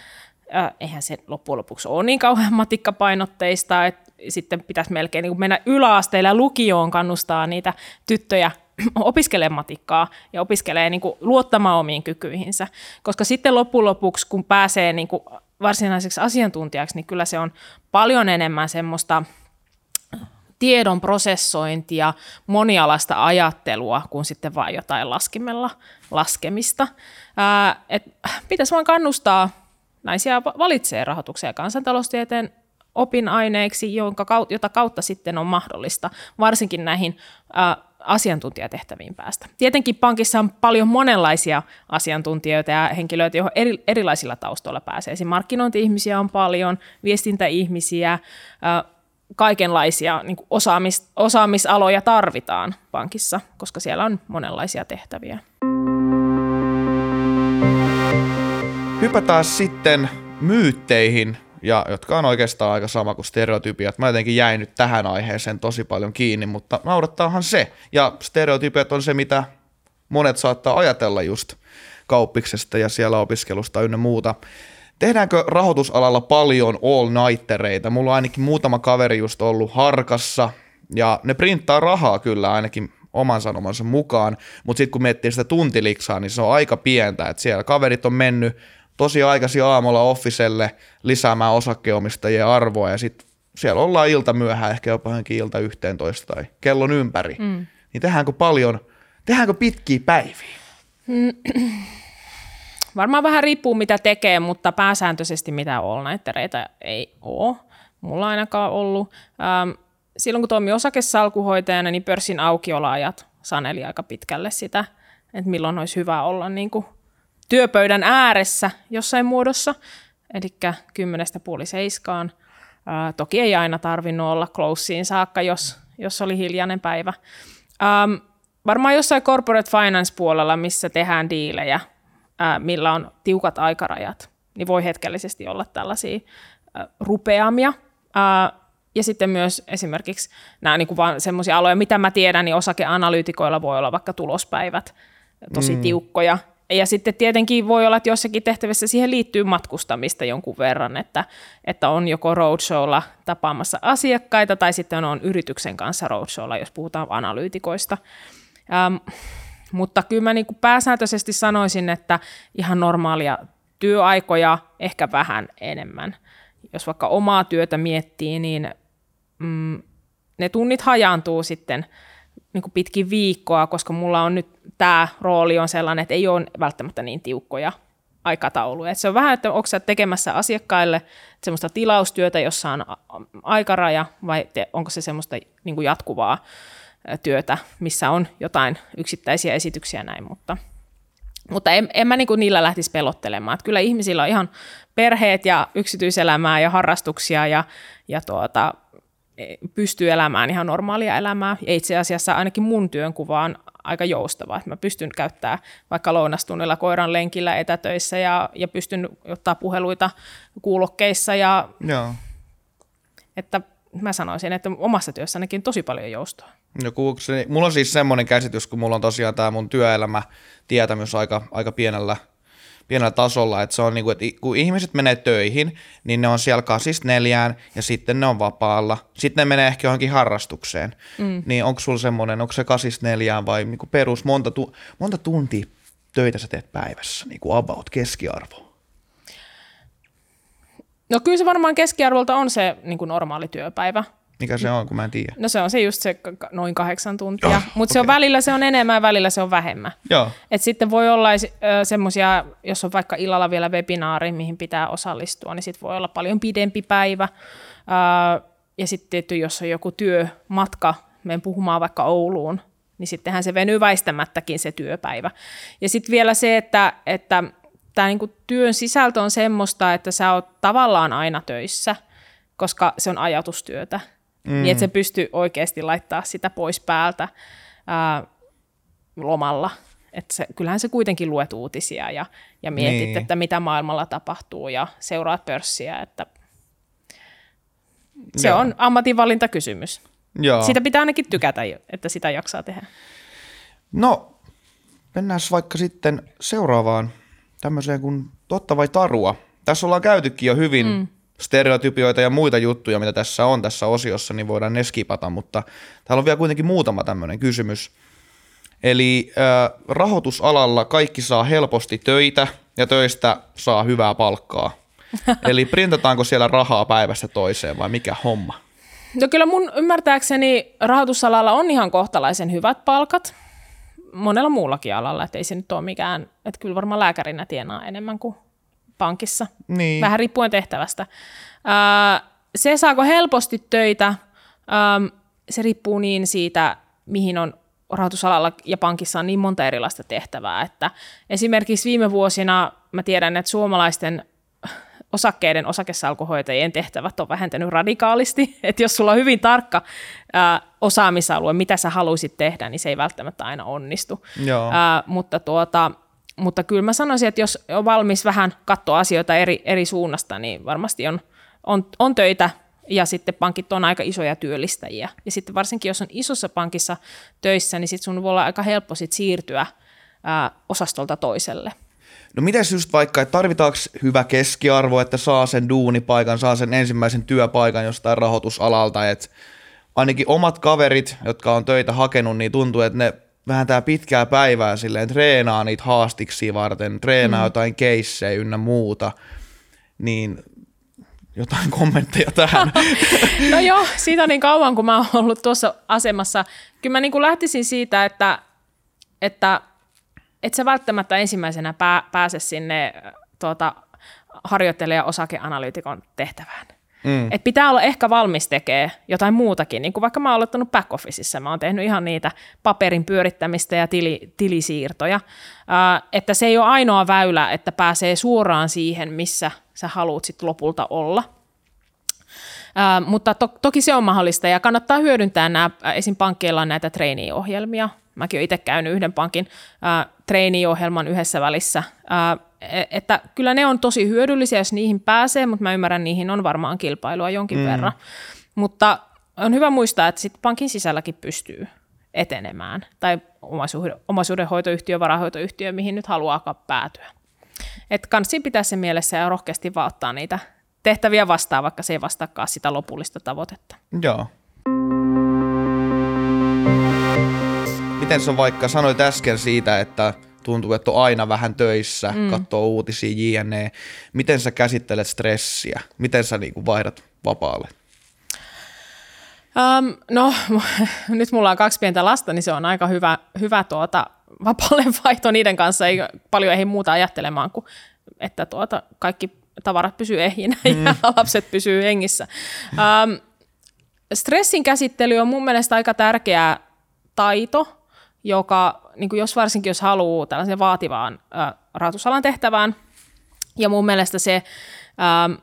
Äh, eihän se loppujen lopuksi ole niin kauhean matikkapainotteista, että sitten pitäisi melkein niin kuin mennä yläasteella lukioon kannustaa niitä tyttöjä opiskelemaan matikkaa ja opiskelee niin kuin luottamaan omiin kykyihinsä, koska sitten loppujen lopuksi, kun pääsee niin kuin varsinaiseksi asiantuntijaksi, niin kyllä se on paljon enemmän semmoista tiedon prosessointia, monialaista ajattelua, kuin sitten vain jotain laskimella laskemista. Ää, et pitäisi vaan kannustaa naisia valitsee rahoituksen ja kansantaloustieteen opinaineeksi, jonka, jota kautta sitten on mahdollista varsinkin näihin ää, asiantuntijatehtäviin päästä. Tietenkin pankissa on paljon monenlaisia asiantuntijoita ja henkilöitä, joihin eri, erilaisilla taustoilla pääsee. Esimerkiksi markkinointi-ihmisiä on paljon, viestintäihmisiä, ää, kaikenlaisia niin kuin osaamis, osaamisaloja tarvitaan pankissa, koska siellä on monenlaisia tehtäviä. Hypätään sitten myytteihin, ja jotka on oikeastaan aika sama kuin stereotypiat. Mä jotenkin jäin nyt tähän aiheeseen tosi paljon kiinni, mutta naurattaahan se. Ja stereotypiat on se, mitä monet saattaa ajatella just kauppiksesta ja siellä opiskelusta ynnä muuta. Tehdäänkö rahoitusalalla paljon all-nightereita? Mulla on ainakin muutama kaveri just ollut Harkassa, ja ne printtaa rahaa kyllä ainakin oman sanomansa mukaan, mutta sitten kun miettii sitä tuntiliksaa, niin se on aika pientä, että siellä kaverit on mennyt tosi aikaisin aamulla officelle lisäämään osakkeenomistajien arvoa, ja sitten siellä ollaan ilta myöhään, ehkä jopa johonkin ilta yhteentoista tai kellon ympäri. Mm. Niin tehdäänkö paljon, tehdäänkö pitkiä päiviä? Varmaan vähän riippuu mitä tekee, mutta pääsääntöisesti mitään all-nightereita ei ole. Mulla ainakaan ollut. Ähm, silloin kun toimin osakesalkuhoitajana, niin pörssin aukioloajat saneli aika pitkälle sitä, että milloin olisi hyvä olla niin kuin työpöydän ääressä jossain muodossa, eli kymmenestä puoli seiskaan. Ää, toki ei aina tarvinnut olla closeen saakka, jos, jos oli hiljainen päivä. Ähm, varmaan jossain corporate finance-puolella, missä tehdään diilejä, ää, millä on tiukat aikarajat, niin voi hetkellisesti olla tällaisia ää, rupeamia. Ää, ja sitten myös esimerkiksi nämä niin kuin vaan semmoisia aloja, mitä mä tiedän, niin osakeanalyytikoilla voi olla vaikka tulospäivät tosi mm. tiukkoja. Ja sitten tietenkin voi olla, että jossakin tehtävissä siihen liittyy matkustamista jonkun verran, että, että on joko roadshowlla tapaamassa asiakkaita tai sitten on yrityksen kanssa roadshowlla, jos puhutaan analyytikoista. Ähm, mutta kyllä mä niin kuin pääsääntöisesti sanoisin, että ihan normaalia työaikoja ehkä vähän enemmän. Jos vaikka omaa työtä miettii, niin mm, ne tunnit hajaantuu sitten niin kuin pitkin viikkoa, koska mulla on nyt tämä rooli on sellainen, että ei ole välttämättä niin tiukkoja aikatauluja. Et se on vähän, että onko sä tekemässä asiakkaille semmoista tilaustyötä, jossa on aikaraja, vai te, onko se semmoista niin kuin jatkuvaa työtä, missä on jotain yksittäisiä esityksiä näin, mutta, mutta en, en mä niin kuin niillä lähtisi pelottelemaan. Et kyllä ihmisillä on ihan perheet ja yksityiselämää ja harrastuksia ja, ja tuota, pystyy elämään ihan normaalia elämää. Ja itse asiassa ainakin mun työnkuva on aika joustava. Mä pystyn käyttämään vaikka lounastunnilla koiran lenkillä etätöissä ja, ja pystyn ottaa puheluita kuulokkeissa. Ja, Joo. Että mä sanoisin, että omassa työssä ainakin tosi paljon joustoa. No, se, mulla on siis semmoinen käsitys, kun mulla on tosiaan tämä mun työelämä tietämys aika, aika pienellä, pienellä tasolla, että se on niin kuin, että kun ihmiset menee töihin, niin ne on siellä kasista neljään ja sitten ne on vapaalla. Sitten ne menee ehkä johonkin harrastukseen. Mm. Niin onko sulla semmoinen, onko se kasista neljään vai niin kuin perus, monta, tu, monta tuntia töitä sä teet päivässä, niin kuin about keskiarvo? No kyllä se varmaan keskiarvolta on se niin kuin normaali työpäivä. Mikä se on, kun mä en tiedä? No se on se just se noin kahdeksan tuntia, oh, mutta okay. Se on välillä se on enemmän ja välillä se on vähemmän. Joo. Et sitten voi olla semmoisia, jos on vaikka illalla vielä webinaari, mihin pitää osallistua, niin sitten voi olla paljon pidempi päivä. Ja sitten tietysti, jos on joku työmatka, menen puhumaan vaikka Ouluun, niin sittenhän se venyy väistämättäkin se työpäivä. Ja sitten vielä se, että, että tämä niinku työn sisältö on semmoista, että sä oot tavallaan aina töissä, koska se on ajatustyötä. Mm. Niin, että se pystyy oikeasti laittaa sitä pois päältä ää, lomalla. Että se, kyllähän se kuitenkin luet uutisia ja, ja mietit, niin. että mitä maailmalla tapahtuu ja seuraat pörssiä. Että se Joo. on ammatinvalintakysymys. Joo. Sitä pitää ainakin tykätä, että sitä jaksaa tehdä. No, mennään vaikka sitten seuraavaan tämmöiseen kuin totta vai tarua. tässä ollaan käytykin jo hyvin mm. stereotypioita ja muita juttuja, mitä tässä on tässä osiossa, niin voidaan ne skipata, mutta täällä on vielä kuitenkin muutama tämmöinen kysymys. Eli äh, rahoitusalalla kaikki saa helposti töitä ja töistä saa hyvää palkkaa. Eli printataanko siellä rahaa päivästä toiseen vai mikä homma? No kyllä mun ymmärtääkseni rahoitusalalla on ihan kohtalaisen hyvät palkat. Monella muullakin alalla, että ei se nyt ole mikään, että kyllä varmaan lääkärinä tienaa enemmän kuin pankissa. Niin. Vähän riippuen tehtävästä. Öö, se saako helposti töitä, öö, se riippuu niin siitä, mihin on rahoitusalalla ja pankissa on niin monta erilaista tehtävää, että esimerkiksi viime vuosina mä tiedän, että suomalaisten osakkeiden osakesalkuhoitajien tehtävät on vähentänyt radikaalisti, että jos sulla on hyvin tarkka ää, osaamisalue, mitä sä haluaisit tehdä, niin se ei välttämättä aina onnistu. Ää, mutta, tuota, mutta kyllä mä sanoisin, että jos on valmis vähän katsoa asioita eri, eri suunnasta, niin varmasti on, on, on töitä, ja sitten pankit on aika isoja työllistäjiä. Ja sitten varsinkin, jos on isossa pankissa töissä, niin sitten sun voi olla aika helppo sit siirtyä ää, osastolta toiselle. No mitäs just vaikka, että tarvitaanko hyvä keskiarvo, että saa sen duunipaikan, saa sen ensimmäisen työpaikan jostain rahoitusalalta, että ainakin omat kaverit, jotka on töitä hakenut, niin tuntuu, että ne vähentää pitkää päivää silleen, treenaa niitä haastiksia varten, treenaa mm. jotain keissejä ynnä muuta, niin jotain kommentteja tähän. No joo, siitä on niin kauan, kun mä oon ollut tuossa asemassa. Kyllä mä niin kuin lähtisin siitä, että, että et sä välttämättä ensimmäisenä pää, pääse sinne tuota, harjoittelija-osakeanalyytikon tehtävään. Mm. Et pitää olla ehkä valmis tekemään jotain muutakin, niin kuin vaikka mä oon aloittanut back officeissa, mä oon tehnyt ihan niitä paperin pyörittämistä ja tili, tilisiirtoja, uh, että se ei ole ainoa väylä, että pääsee suoraan siihen, missä sä haluat sit lopulta olla. Uh, mutta to, toki se on mahdollista ja kannattaa hyödyntää nämä, esim. Pankkeilla on näitä trainee-ohjelmia. Mäkin olen itse käynyt yhden pankin uh, trainee-ohjelman yhdessä välissä, uh, että kyllä ne on tosi hyödyllisiä, jos niihin pääsee, mutta mä ymmärrän, niihin on varmaan kilpailua jonkin mm. verran. Mutta on hyvä muistaa, että sit pankin sisälläkin pystyy etenemään, tai omaisuudenhoitoyhtiö, varainhoitoyhtiö, mihin nyt haluaakaan päätyä. Että kannattaa pitää se mielessä ja rohkeasti vaan ottaa niitä tehtäviä vastaan, vaikka se ei vastaakaan sitä lopullista tavoitetta. Joo. Miten se on vaikka, sanoit äsken siitä, että tuntuu, että on aina vähän töissä, mm. katsoo uutisia, jne. Miten sä käsittelet stressiä? Miten sä niinku vaihdat vapaalle? Um, no, nyt mulla on kaksi pientä lasta, niin se on aika hyvä, hyvä tuota, vapaalle vaihto niiden kanssa. Ei paljon ehdi muuta ajattelemaan kuin, että tuota, kaikki tavarat pysyy ehjinä mm. ja lapset pysyy hengissä. Um, stressin käsittely on mun mielestä aika tärkeä taito, joka, niin kuin jos varsinkin jos haluaa tällaisen vaativaan äh, rahoitusalan tehtävään, ja mun mielestä se, ähm,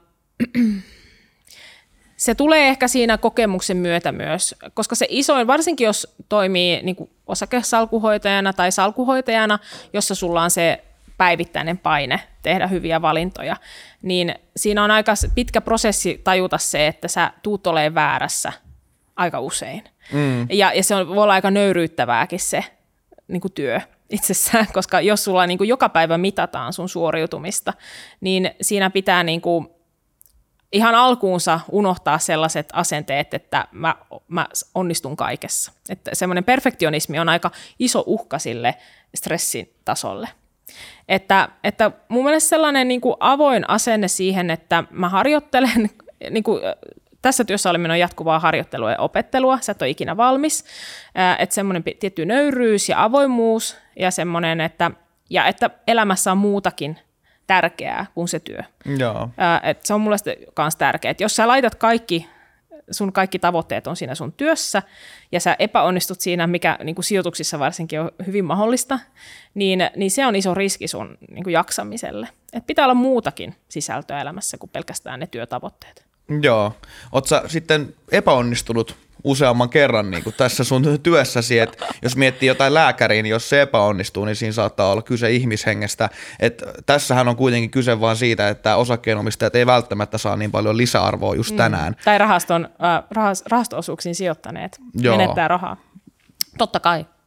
se tulee ehkä siinä kokemuksen myötä myös, koska se isoin, varsinkin jos toimii niin kuin osakesalkuhoitajana tai salkuhoitajana, jossa sulla on se päivittäinen paine tehdä hyviä valintoja, niin siinä on aika pitkä prosessi tajuta se, että sä tuut olemaan väärässä aika usein. Mm. Ja, ja se on, voi olla aika nöyryyttävääkin se niin kuin työ itsessään, koska jos sulla niin kuin joka päivä mitataan sun suoriutumista, niin siinä pitää niin kuin ihan alkuunsa unohtaa sellaiset asenteet, että mä, mä onnistun kaikessa. Että semmoinen perfektionismi on aika iso uhka sille stressin tasolle. Että, että mun mielestä sellainen niin kuin avoin asenne siihen, että mä harjoittelen, niin kuin tässä työssä oleminen on jatkuvaa harjoittelua ja opettelua, sä et ole ikinä valmis, että semmoinen tietty nöyryys ja avoimuus ja semmoinen, että, ja että elämässä on muutakin tärkeää kuin se työ. Joo. Että se on mulle myös tärkeää, että jos sä laitat kaikki, sun kaikki tavoitteet on siinä sun työssä ja sä epäonnistut siinä, mikä niin kuin sijoituksissa varsinkin on hyvin mahdollista, niin, niin se on iso riski sun niin kuin jaksamiselle. Et pitää olla muutakin sisältöä elämässä kuin pelkästään ne työtavoitteet. Joo. Oot sä sitten epäonnistunut useamman kerran niin kuin tässä sun työssäsi, että jos miettii jotain lääkäriä, niin jos se epäonnistuu, niin siinä saattaa olla kyse ihmishengestä. Et tässähän on kuitenkin kyse vaan siitä, että osakkeenomistajat ei välttämättä saa niin paljon lisäarvoa just tänään. Mm. Tai rahaston, äh, rahas, rahasto-osuuksiin sijoittaneet Joo. menettää rahaa. Totta kai.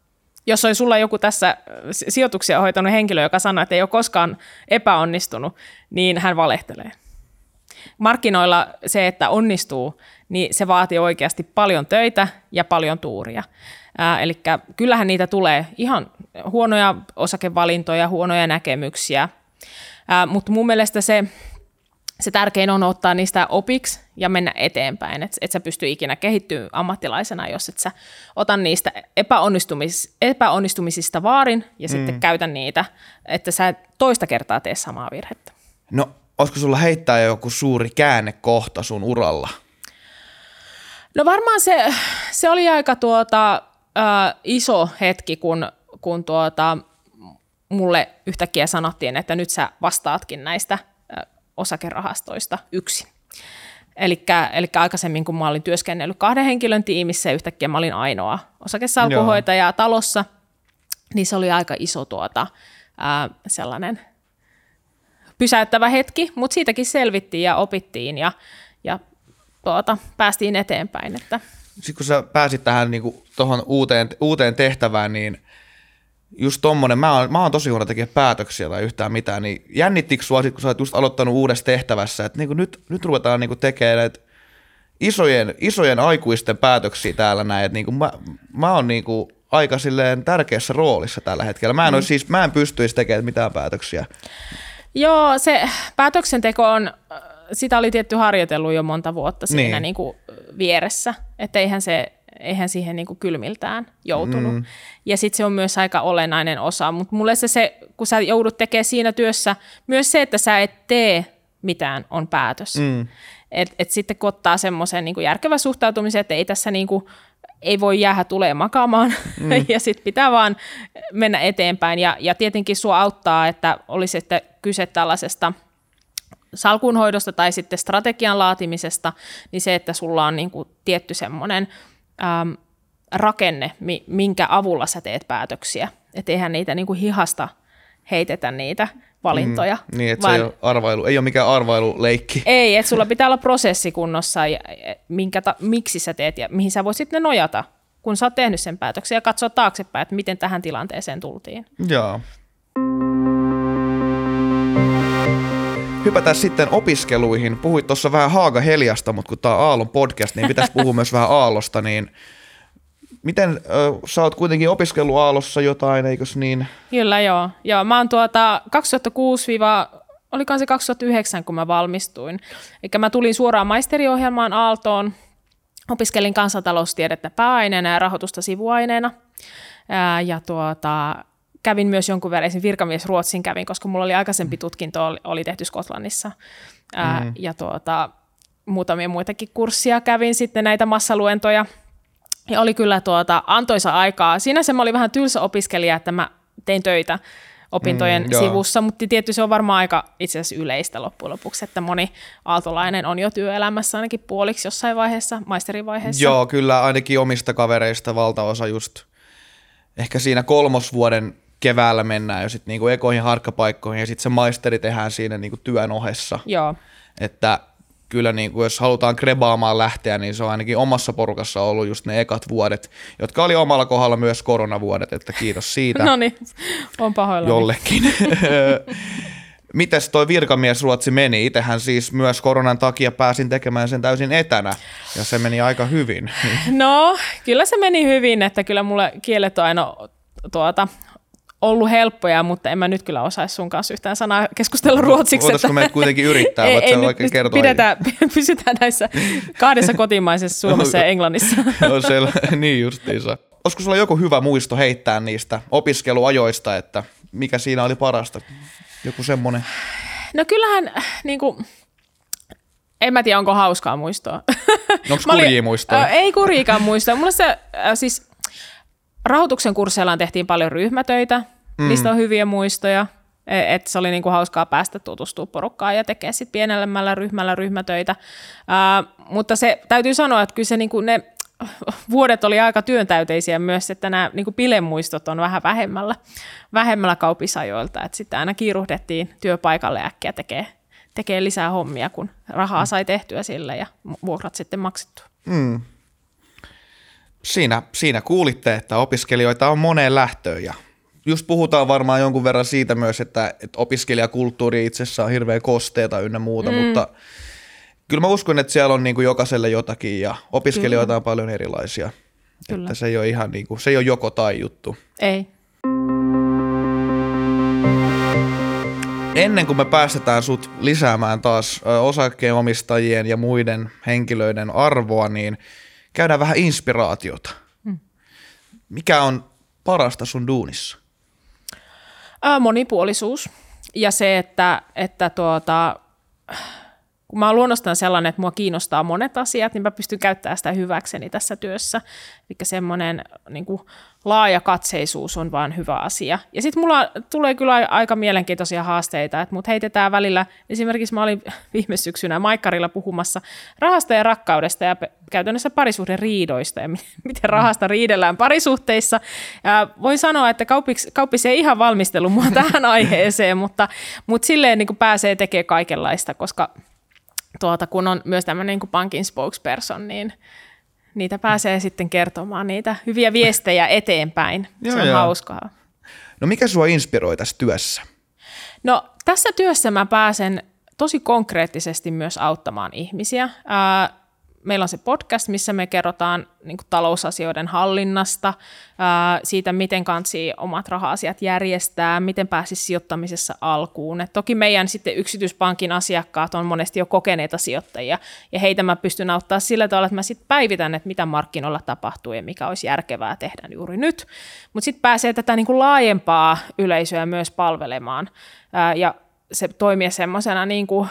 jos oli sulla joku tässä sijoituksia hoitanut henkilö, joka sanoo, että ei ole koskaan epäonnistunut, niin hän valehtelee. Markkinoilla se, että onnistuu, niin se vaatii oikeasti paljon töitä ja paljon tuuria. Ää, eli kyllähän niitä tulee ihan huonoja osakevalintoja, huonoja näkemyksiä, ää, mutta mun mielestä se, se tärkein on ottaa niistä opiksi ja mennä eteenpäin, että et sä pysty ikinä kehittyä ammattilaisena, jos et sä ota niistä epäonnistumis, epäonnistumisista vaarin ja mm. sitten käytä niitä, että sä toista kertaa tee samaa virhettä. No, olisiko sulla heittää joku suuri käännekohta sun uralla? No varmaan se, se oli aika tuota, äh, iso hetki, kun, kun tuota, mulle yhtäkkiä sanottiin, että nyt sä vastaatkin näistä äh, osakerahastoista yksin. Elikkä, elikkä aikaisemmin, kun mä olin työskennellyt kahden henkilön tiimissä ja yhtäkkiä mä olin ainoa osakesalkunhoitaja talossa, niin se oli aika iso tuota, äh, sellainen pysäyttävä hetki, mutta siitäkin selvittiin ja opittiin ja, ja tuota, päästiin eteenpäin. Että. Sitten kun sä pääsit tähän niinku, tohon uuteen, uuteen tehtävään, niin just tommonen, mä oon, mä oon tosi huono tekemään päätöksiä tai yhtään mitään, niin jännittikö sua sit, kun sä oot just aloittanut uudessa tehtävässä, että niinku nyt, nyt ruvetaan niinku tekemään näitä isojen, isojen aikuisten päätöksiä täällä näin, että niinku mä, mä oon niinku aika silleen tärkeässä roolissa tällä hetkellä. Mä en, mm. siis, mä en pystyisi tekemään mitään päätöksiä. Joo, se päätöksenteko on, sitä oli tietty harjoitellut jo monta vuotta siinä niin. Niin kuin vieressä, että eihän, se, eihän siihen niin kuin kylmiltään joutunut. Mm. Ja sitten se on myös aika olennainen osa, mutta mulle se, se, kun sä joudut tekemään siinä työssä, myös se, että sä et tee mitään, on päätös. Mm. Et, et sitten kun ottaa semmoisen niin kuin järkevän suhtautumisen, että ei tässä niin kuin, ei voi jäädä tulee makaamaan mm. ja sitten pitää vaan mennä eteenpäin. Ja, ja tietenkin sua auttaa, että olisi sitten kyse tällaisesta salkunhoidosta tai sitten strategian laatimisesta, niin se, että sulla on niin kuin tietty semmoinen äm, rakenne, minkä avulla sä teet päätöksiä. Että eihän niitä niin kuin hihasta heitetä niitä valintoja. Mm, niin, että vaan, se ei ole arvailu, ei ole mikään arvailuleikki. Ei, että sulla pitää olla prosessi kunnossa, ja, minkä ta, miksi sä teet ja mihin sä voit sitten nojata, kun sä oot tehnyt sen päätöksen ja katsoa taaksepäin, että miten tähän tilanteeseen tultiin. Joo. Hypätään sitten opiskeluihin. Puhuit tuossa vähän Haaga Heliasta, mutta kun tämä on Aallon podcast, niin pitäisi puhua myös vähän Aallosta, niin miten äh, sä oot kuitenkin opiskellut Aallossa jotain, eikös niin? Kyllä joo. joo mä oon tuota kaksituhattakuusi olikohan se kaksituhattayhdeksän, kun mä valmistuin. Eli mä tulin suoraan maisteriohjelmaan Aaltoon, opiskelin kansantaloustiedettä pääaineena ja rahoitusta sivuaineena. Ää, ja tuota, kävin myös jonkun verran, esimerkiksi virkamiesruotsin kävin, koska mulla oli aikaisempi tutkinto, oli, oli tehty Skotlannissa. Ää, mm. Ja tuota, muutamia muitakin kurssia kävin sitten näitä massaluentoja. Ja oli kyllä tuota, antoisa aikaa. Siinä se mä olin vähän tylsä opiskelija, että mä tein töitä opintojen mm, sivussa, mutta tietysti se on varmaan aika itse asiassa yleistä loppujen lopuksi, että moni aaltolainen on jo työelämässä ainakin puoliksi jossain vaiheessa, maisterivaiheessa. Joo, kyllä ainakin omista kavereista valtaosa just ehkä siinä kolmosvuoden keväällä mennään jo sitten niinku ekoihin harkkapaikkoihin ja sitten se maisteri tehdään siinä niinku työn ohessa. Joo. Että kyllä niin kuin jos halutaan krebaamaan lähteä, niin se on ainakin omassa porukassa ollut just ne ekat vuodet, jotka oli omalla kohdalla myös koronavuodet, että kiitos siitä. No niin, on pahoillani. Jollekin. Mites toi virkamiesruotsi meni? Itsehän siis myös koronan takia pääsin tekemään sen täysin etänä, ja se meni aika hyvin. No, kyllä se meni hyvin, että kyllä mulle kielet on aina tuota, ollut helppoja, mutta en mä nyt kyllä osaisi sun kanssa yhtään sanaa keskustella ruotsiksi. Voitaisiko meitä kuitenkin yrittää, voit sä oikein kertoa? Pidetään, pysytään näissä kahdessa kotimaisessa Suomessa ja Englannissa. No sel, niin justiinsa. Olisiko sulla joku hyvä muisto heittää niistä opiskeluajoista, että mikä siinä oli parasta? Joku semmoinen? No kyllähän, niin kuin, en mä tiedä, onko hauskaa muistoa. Onko kurjia muistoa? Äh, ei kurjiikaan muistoa. Mulla se, äh, siis rahoituksen kursseillaan tehtiin paljon ryhmätöitä, mm. niistä on hyviä muistoja, että se oli niinku hauskaa päästä tutustua porukkaan ja tekemään sitten pienemmällä ryhmällä ryhmätöitä. Äh, mutta se täytyy sanoa, että kyllä se niinku ne vuodet oli aika työntäyteisiä myös, että nämä niinku bilemuistot on vähän vähemmällä, vähemmällä kaupisajoilta, että sitten aina kiiruhdettiin työpaikalle äkkiä tekee, tekee lisää hommia, kun rahaa sai tehtyä sille ja vuokrat sitten maksettua. Mm. Siinä, siinä kuulitte, että opiskelijoita on moneen lähtöön ja just puhutaan varmaan jonkun verran siitä myös, että, että opiskelijakulttuuri itsessään on hirveän kosteeta ynnä muuta, mm. mutta kyllä mä uskon, että siellä on niin kuin jokaiselle jotakin ja opiskelijoita kyllä. on paljon erilaisia. Kyllä. Että se ei ole ihan niin kuin, se ei ole joko tai juttu. Ei. Ennen kuin me päästetään sut lisäämään taas osakkeenomistajien ja muiden henkilöiden arvoa, niin käydään vähän inspiraatiota. Hmm. Mikä on parasta sun duunissa? Ää, monipuolisuus ja se, että, että tuota, kun mä oon luonnostaan sellainen, että mua kiinnostaa monet asiat, niin mä pystyn käyttämään sitä hyväkseni tässä työssä. Eli semmoinen niin kuin laaja katseisuus on vaan hyvä asia. Ja sitten mulla tulee kyllä aika mielenkiintoisia haasteita, että mut heitetään välillä, esimerkiksi mä olin viime syksynä Maikkarilla puhumassa rahasta ja rakkaudesta ja käytännössä parisuhderiidoista ja miten rahasta riidellään parisuhteissa. Ja voin sanoa, että kauppis, kauppis ei ihan valmistellut mua tähän aiheeseen, mutta, mutta silleen niin kuin pääsee tekemään kaikenlaista, koska tuota, kun on myös tämmöinen niin kuin pankin spokesperson, niin niitä pääsee sitten kertomaan niitä hyviä viestejä eteenpäin. Se joo, on joo. hauskaa. No mikä sua inspiroi tässä työssä? No tässä työssä mä pääsen tosi konkreettisesti myös auttamaan ihmisiä. Ää, meillä on se podcast, missä me kerrotaan niin kuin talousasioiden hallinnasta, ää, siitä miten kansi omat raha-asiat järjestää, miten pääsisi sijoittamisessa alkuun. Et toki meidän sitten yksityispankin asiakkaat on monesti jo kokeneita sijoittajia, ja heitä mä pystyn auttamaan sillä tavalla, että mä sitten päivitän, että mitä markkinoilla tapahtuu ja mikä olisi järkevää tehdä juuri nyt. Mutta sitten pääsee tätä niin kuin laajempaa yleisöä myös palvelemaan, ää, ja se toimii semmoisena niin kuin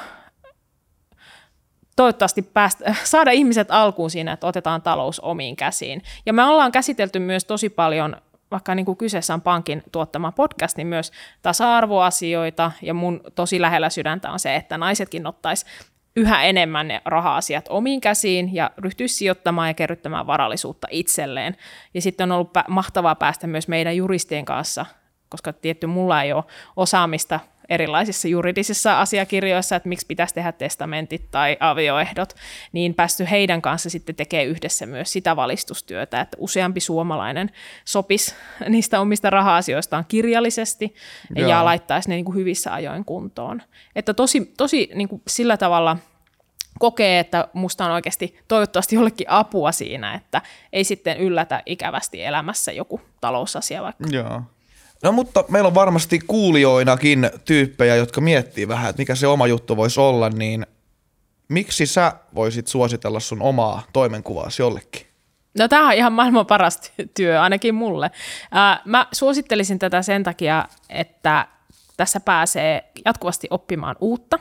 toivottavasti päästä, saada ihmiset alkuun siinä, että otetaan talous omiin käsiin. Ja me ollaan käsitelty myös tosi paljon, vaikka niin kuin kyseessä on pankin tuottama podcast, niin myös tasa-arvoasioita, ja mun tosi lähellä sydäntä on se, että naisetkin ottaisi yhä enemmän ne raha-asiat omiin käsiin ja ryhtyisi sijoittamaan ja kerryttämään varallisuutta itselleen. Ja sitten on ollut mahtavaa päästä myös meidän juristien kanssa, koska tietty mulla ei ole osaamista erilaisissa juridisissa asiakirjoissa, että miksi pitäisi tehdä testamentit tai avioehdot, niin päästy heidän kanssa sitten tekemään yhdessä myös sitä valistustyötä, että useampi suomalainen sopisi niistä omista raha-asioistaan kirjallisesti Joo. ja laittaisi ne niin kuin hyvissä ajoin kuntoon. Että tosi, tosi niin kuin sillä tavalla kokee, että musta on oikeasti toivottavasti jollekin apua siinä, että ei sitten yllätä ikävästi elämässä joku talousasia vaikka. Joo. No mutta meillä on varmasti kuulijoinakin tyyppejä, jotka miettii vähän, että mikä se oma juttu voisi olla, niin miksi sä voisit suositella sun omaa toimenkuvaasi jollekin? No tämä on ihan maailman paras työ, ainakin mulle. Mä suosittelisin tätä sen takia, että tässä pääsee jatkuvasti oppimaan uutta.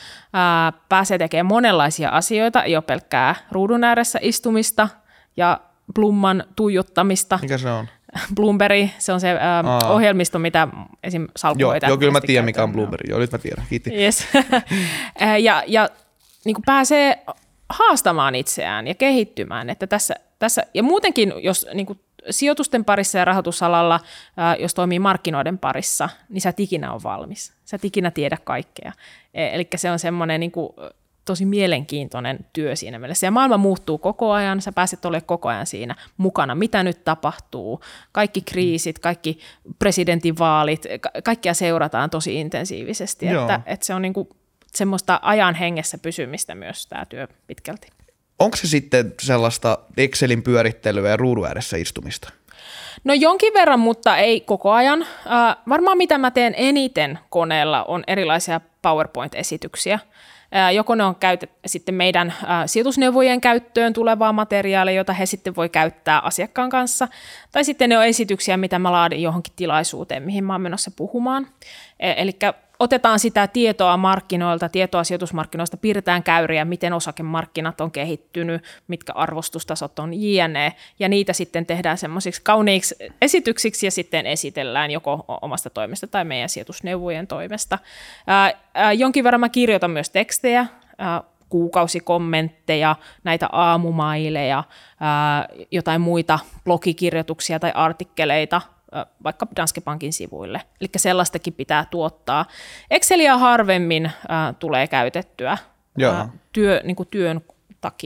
Pääsee tekemään monenlaisia asioita, jo pelkkää ruudun ääressä istumista ja plumman tuijottamista. Mikä se on? Bloomberg, se on se ähm, ohjelmisto, mitä esim. Salkkuhoitajat. Joo, joo, kyllä mä tiedän, mikä on Bloomberg. Joo, nyt mä tiedän. Kiitos. Yes. ja ja niin kuin pääsee haastamaan itseään ja kehittymään. Että tässä, tässä, ja muutenkin, jos niin kuin sijoitusten parissa ja rahoitusalalla, äh, jos toimii markkinoiden parissa, niin sä et ikinä ole valmis. Sä et ikinä tiedä kaikkea. Eli se on semmoinen niin kuin tosi mielenkiintoinen työ siinä mielessä. Ja maailma muuttuu koko ajan, sä pääset olemaan koko ajan siinä mukana, mitä nyt tapahtuu. Kaikki kriisit, kaikki presidentinvaalit, ka- kaikkia seurataan tosi intensiivisesti. Että, että se on niinku semmoista ajan hengessä pysymistä myös tämä työ pitkälti. Onko se sitten sellaista Excelin pyörittelyä ja ruudun ääressä istumista? No jonkin verran, mutta ei koko ajan. Äh, varmaan mitä mä teen eniten koneella on erilaisia PowerPoint-esityksiä. Joko ne on käytet, sitten meidän ä, sijoitusneuvojen käyttöön tulevaa materiaalia, jota he sitten voi käyttää asiakkaan kanssa, tai sitten ne on esityksiä, mitä mä laadin johonkin tilaisuuteen, mihin mä oon menossa puhumaan. E- eli otetaan sitä tietoa markkinoilta, tietoa sijoitusmarkkinoista, piirretään käyriä, miten osakemarkkinat on kehittynyt, mitkä arvostustasot on jne, ja niitä sitten tehdään semmoisiksi kauniiksi esityksiksi ja sitten esitellään joko omasta toimesta tai meidän sijoitusneuvojen toimesta. Ää, ää, jonkin verran mä kirjoitan myös tekstejä, ää, kuukausikommentteja, näitä aamumaileja, ää, jotain muita blogikirjoituksia tai artikkeleita, vaikka Danske Bankin sivuille. Eli sellaistakin pitää tuottaa. Excelia harvemmin äh, tulee käytettyä äh, työ, niin kuin työn takia.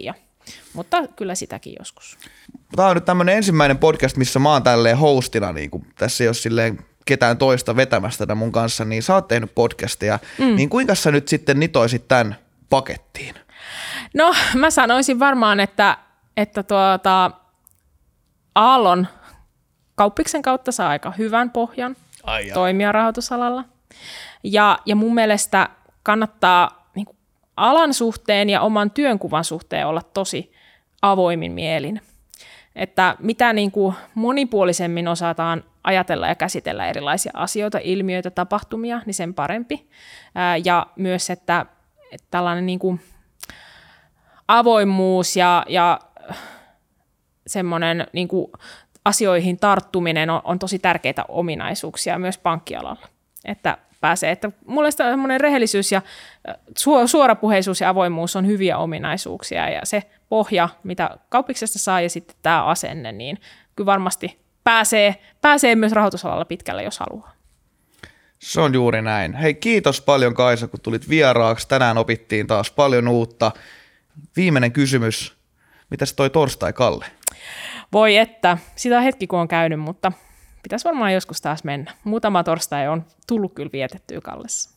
Mutta kyllä sitäkin joskus. Tämä on nyt tämmöinen ensimmäinen podcast, missä mä oon tälleen hostina, niin kuin tässä ei ole silleen ketään toista vetämästä tätä mun kanssa, niin sä oot tehnyt podcastia, mm. niin kuinka sä nyt sitten nitoisit tämän pakettiin? No mä sanoisin varmaan, että, että tuota, Aallon Kauppiksen kautta saa aika hyvän pohjan Ai toimia rahoitusalalla. Ja, ja mun mielestä kannattaa niin kuin alan suhteen ja oman työnkuvan suhteen olla tosi avoimin mielin. Että mitä niin kuin monipuolisemmin osataan ajatella ja käsitellä erilaisia asioita, ilmiöitä, tapahtumia, niin sen parempi. Ää, ja myös, että, että tällainen niin kuin avoimuus ja, ja semmoinen niin kuin asioihin tarttuminen on, on tosi tärkeitä ominaisuuksia myös pankkialalla. Että pääsee, että mulle semmoinen rehellisyys ja suorapuheisuus ja avoimuus on hyviä ominaisuuksia ja se pohja, mitä Kauppiksesta saa ja sitten tämä asenne, niin kyllä varmasti pääsee, pääsee myös rahoitusalalla pitkälle, jos haluaa. Se on juuri näin. Hei, kiitos paljon Kaisa, kun tulit vieraaksi. Tänään opittiin taas paljon uutta. Viimeinen kysymys. Mitäs toi torstai, Kalle? Voi että, sitä on hetki kun on käynyt, mutta pitäisi varmaan joskus taas mennä. Muutama torstai on tullut kyllä vietettyä Kallessa.